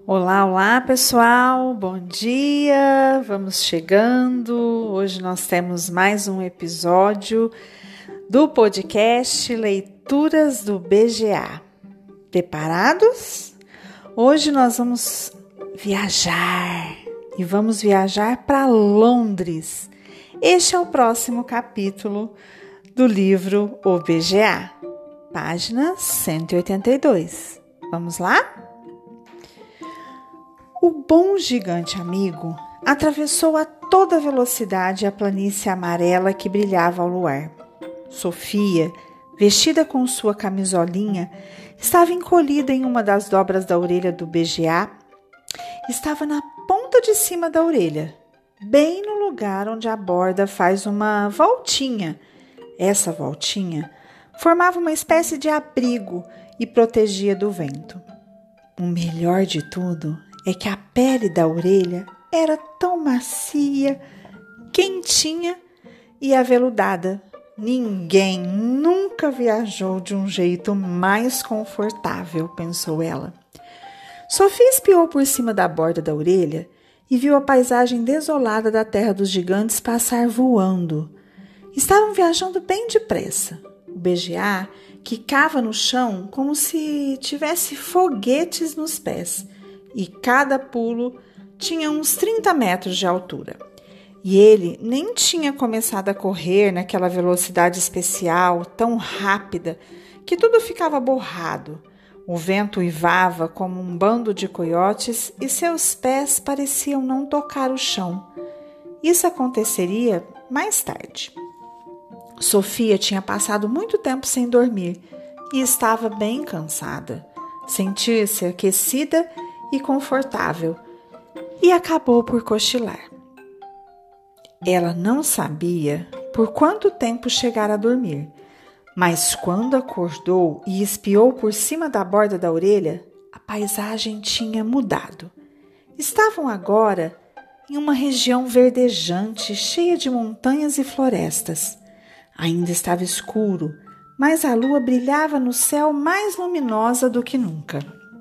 Olá, olá pessoal, bom dia, vamos chegando. Hoje nós temos mais um episódio do podcast Leituras do BGA. Preparados? Hoje nós vamos viajar e vamos viajar para Londres. Este é o próximo capítulo do livro O BGA, página 182. Vamos lá? O bom gigante amigo atravessou a toda velocidade a planície amarela que brilhava ao luar. Sofia, vestida com sua camisolinha, estava encolhida em uma das dobras da orelha do BGA. Estava na ponta de cima da orelha, bem no lugar onde a borda faz uma voltinha. Essa voltinha formava uma espécie de abrigo e protegia do vento. O melhor de tudo é que a pele da orelha era tão macia, quentinha e aveludada. Ninguém nunca viajou de um jeito mais confortável, pensou ela. Sofia espiou por cima da borda da orelha e viu a paisagem desolada da terra dos gigantes passar voando. Estavam viajando bem depressa. O BGA quicava no chão como se tivesse foguetes nos pés. E cada pulo tinha uns 30 metros de altura. E ele nem tinha começado a correr naquela velocidade especial, tão rápida, que tudo ficava borrado. O vento uivava como um bando de coiotes e seus pés pareciam não tocar o chão. Isso aconteceria mais tarde. Sofia tinha passado muito tempo sem dormir e estava bem cansada. Sentia-se aquecida e confortável, e acabou por cochilar. Ela não sabia por quanto tempo chegara a dormir, mas quando acordou e espiou por cima da borda da orelha, a paisagem tinha mudado. Estavam agora em uma região verdejante, cheia de montanhas e florestas. Ainda estava escuro, mas a lua brilhava no céu mais luminosa do que nunca.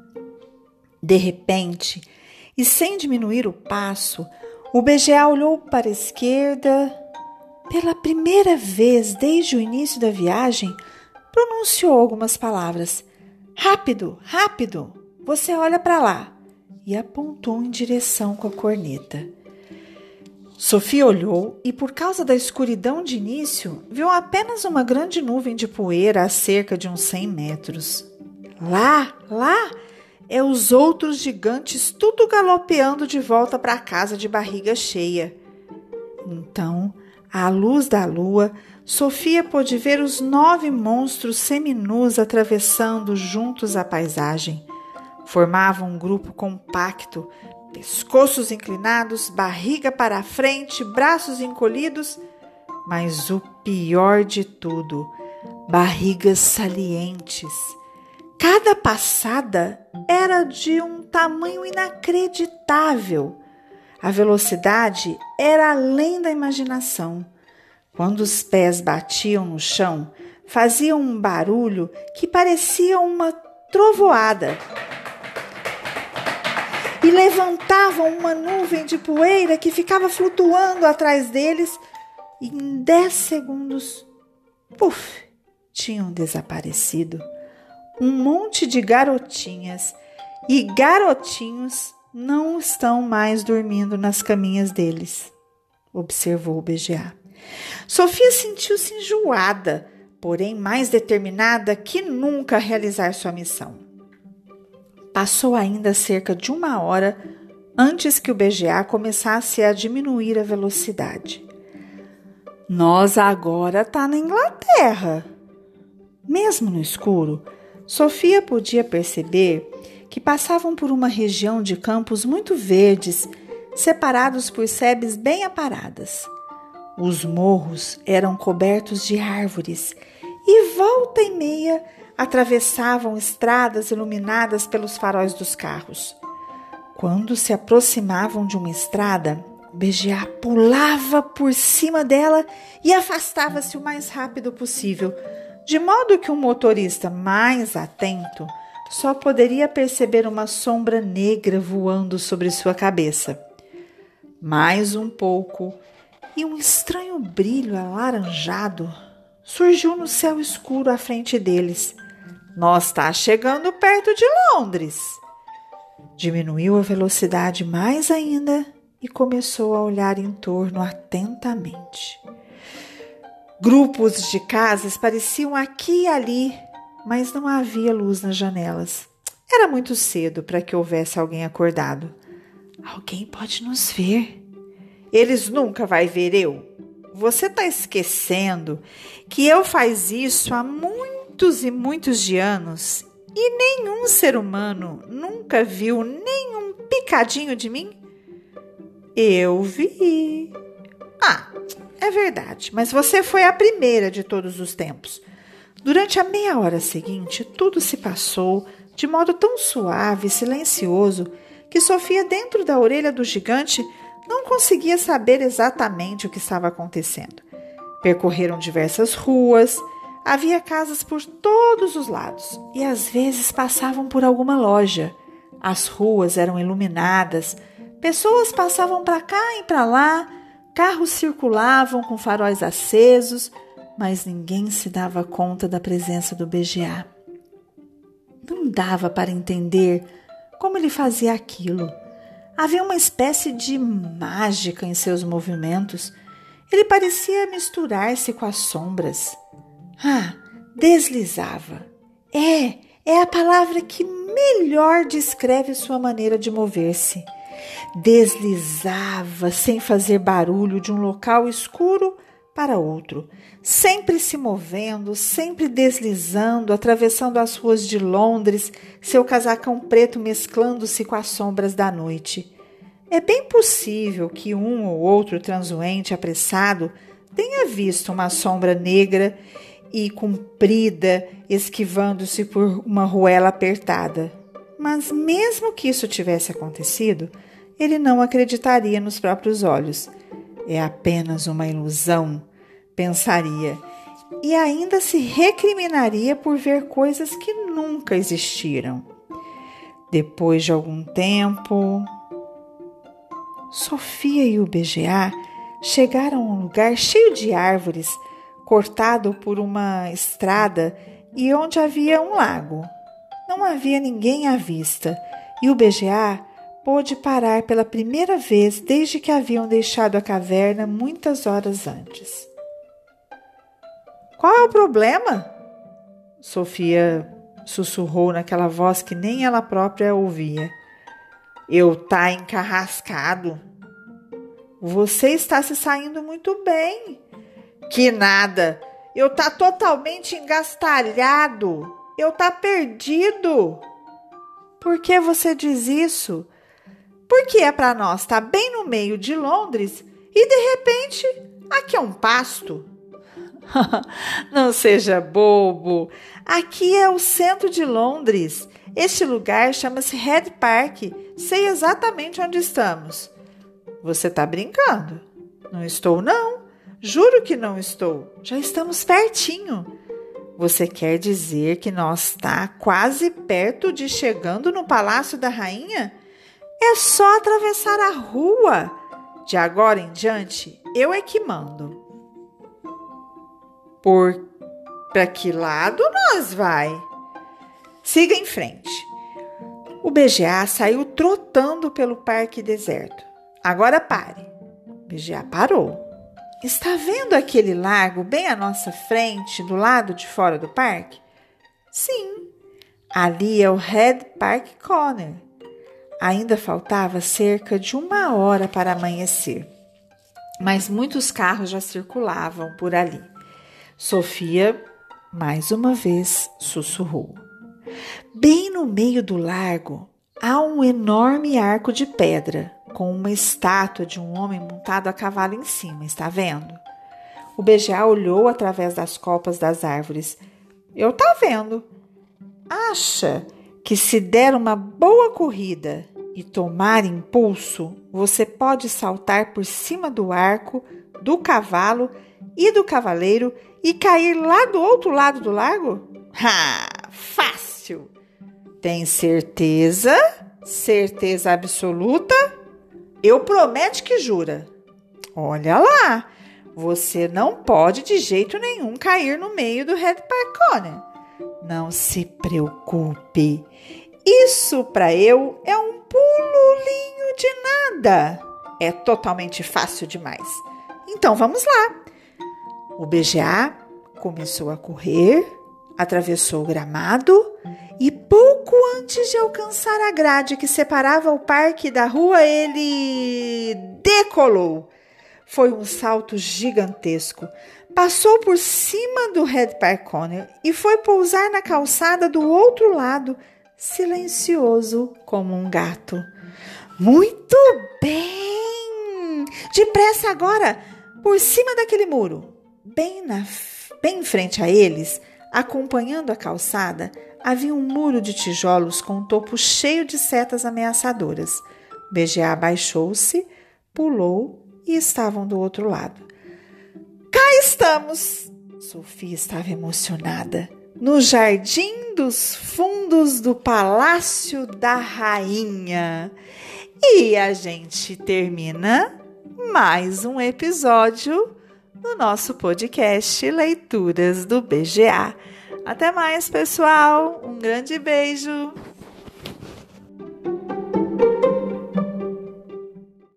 De repente, e sem diminuir o passo, o BGA olhou para a esquerda. Pela primeira vez desde o início da viagem, pronunciou algumas palavras. Rápido, rápido, você olha para lá. E apontou em direção com a corneta. Sofia olhou e, por causa da escuridão de início, viu apenas uma grande nuvem de poeira a cerca de uns 100 metros. Lá! É os outros gigantes tudo galopeando de volta para casa de barriga cheia. Então, à luz da lua, Sofia pôde ver os 9 monstros seminus atravessando juntos a paisagem. Formavam um grupo compacto, pescoços inclinados, barriga para a frente, braços encolhidos, mas o pior de tudo, barrigas salientes. Cada passada era de um tamanho inacreditável. A velocidade era além da imaginação. Quando os pés batiam no chão, faziam um barulho que parecia uma trovoada. E levantavam uma nuvem de poeira que ficava flutuando atrás deles e em 10 segundos, puf, tinham desaparecido. Um monte de garotinhas e garotinhos não estão mais dormindo nas caminhas deles, observou o BGA. Sofia sentiu-se enjoada, porém mais determinada que nunca a realizar sua missão. Passou ainda cerca de 1 hora antes que o BGA começasse a diminuir a velocidade. Nós agora tá na Inglaterra. Mesmo no escuro, Sofia podia perceber que passavam por uma região de campos muito verdes, separados por sebes bem aparadas. Os morros eram cobertos de árvores e, volta e meia, atravessavam estradas iluminadas pelos faróis dos carros. Quando se aproximavam de uma estrada, o BGA pulava por cima dela e afastava-se o mais rápido possível, de modo que o motorista mais atento só poderia perceber uma sombra negra voando sobre sua cabeça. Mais um pouco, e um estranho brilho alaranjado surgiu no céu escuro à frente deles. Nós está chegando perto de Londres. Diminuiu a velocidade mais ainda e começou a olhar em torno atentamente. Grupos de casas pareciam aqui e ali, mas não havia luz nas janelas. Era muito cedo para que houvesse alguém acordado. Alguém pode nos ver. Eles nunca vão ver eu. Você está esquecendo que eu faz isso há muitos e muitos de anos e nenhum ser humano nunca viu nenhum picadinho de mim? Eu vi. É verdade, mas você foi a primeira de todos os tempos. Durante a meia hora seguinte, tudo se passou de modo tão suave e silencioso que Sofia, dentro da orelha do gigante, não conseguia saber exatamente o que estava acontecendo. Percorreram diversas ruas, havia casas por todos os lados e às vezes passavam por alguma loja. As ruas eram iluminadas, pessoas passavam para cá e para lá, carros circulavam com faróis acesos, mas ninguém se dava conta da presença do BGA. Não dava para entender como ele fazia aquilo. Havia uma espécie de mágica em seus movimentos. Ele parecia misturar-se com as sombras. Deslizava. É a palavra que melhor descreve sua maneira de mover-se. Deslizava sem fazer barulho de um local escuro para outro, sempre se movendo, sempre deslizando, atravessando as ruas de Londres, seu casacão preto mesclando-se com as sombras da noite. É bem possível que um ou outro transeunte apressado tenha visto uma sombra negra e comprida esquivando-se por uma ruela apertada. Mas mesmo que isso tivesse acontecido, ele não acreditaria nos próprios olhos. É apenas uma ilusão, pensaria, e ainda se recriminaria por ver coisas que nunca existiram. Depois de algum tempo, Sofia e o BGA chegaram a um lugar cheio de árvores, cortado por uma estrada e onde havia um lago. Não havia ninguém à vista e o BGA pôde parar pela primeira vez desde que haviam deixado a caverna muitas horas antes. Qual é o problema? Sofia sussurrou naquela voz que nem ela própria ouvia. Eu tá encarrascado. Você está se saindo muito bem. Que nada. Eu tá totalmente engastalhado. Eu tá perdido. Por que você diz isso? Porque é para nós estar bem no meio de Londres e, de repente, aqui é um pasto. Não seja bobo. Aqui é o centro de Londres. Este lugar chama-se Hyde Park. Sei exatamente onde estamos. Você está brincando? Não estou, não. Juro que não estou. Já estamos pertinho. Você quer dizer que nós está quase perto de chegando no Palácio da Rainha? É só atravessar a rua. De agora em diante, eu é que mando. Para que lado nós vai? Siga em frente. O BGA saiu trotando pelo parque deserto. Agora pare. O BGA parou. Está vendo aquele lago bem à nossa frente, do lado de fora do parque? Sim, ali é o Hyde Park Corner. Ainda faltava cerca de 1 hora para amanhecer, mas muitos carros já circulavam por ali. Sofia, mais uma vez, sussurrou. Bem no meio do largo há um enorme arco de pedra, com uma estátua de um homem montado a cavalo em cima, está vendo? O BGA olhou através das copas das árvores. Eu tá vendo. Acha que se der uma boa corrida e tomar impulso, você pode saltar por cima do arco, do cavalo e do cavaleiro e cair lá do outro lado do lago? Fácil! Tem certeza? Certeza absoluta? Eu prometo que jura. Olha lá, você não pode de jeito nenhum cair no meio do Red Parcone. Não se preocupe. Isso para eu é um pulinho de nada. É totalmente fácil demais. Então vamos lá. O BGA começou a correr, atravessou o gramado e pouco antes de alcançar a grade que separava o parque da rua, ele decolou. Foi um salto gigantesco. Passou por cima do Red Parcone e foi pousar na calçada do outro lado, silencioso como um gato. Muito bem! Depressa agora, por cima daquele muro. Bem em frente a eles, acompanhando a calçada, havia um muro de tijolos com um topo cheio de setas ameaçadoras. BGA abaixou-se, pulou e estavam do outro lado. Cá estamos! Sofia estava emocionada. No jardim dos fundos do Palácio da Rainha. E a gente termina mais um episódio do nosso podcast Leituras do BGA. Até mais, pessoal. Um grande beijo.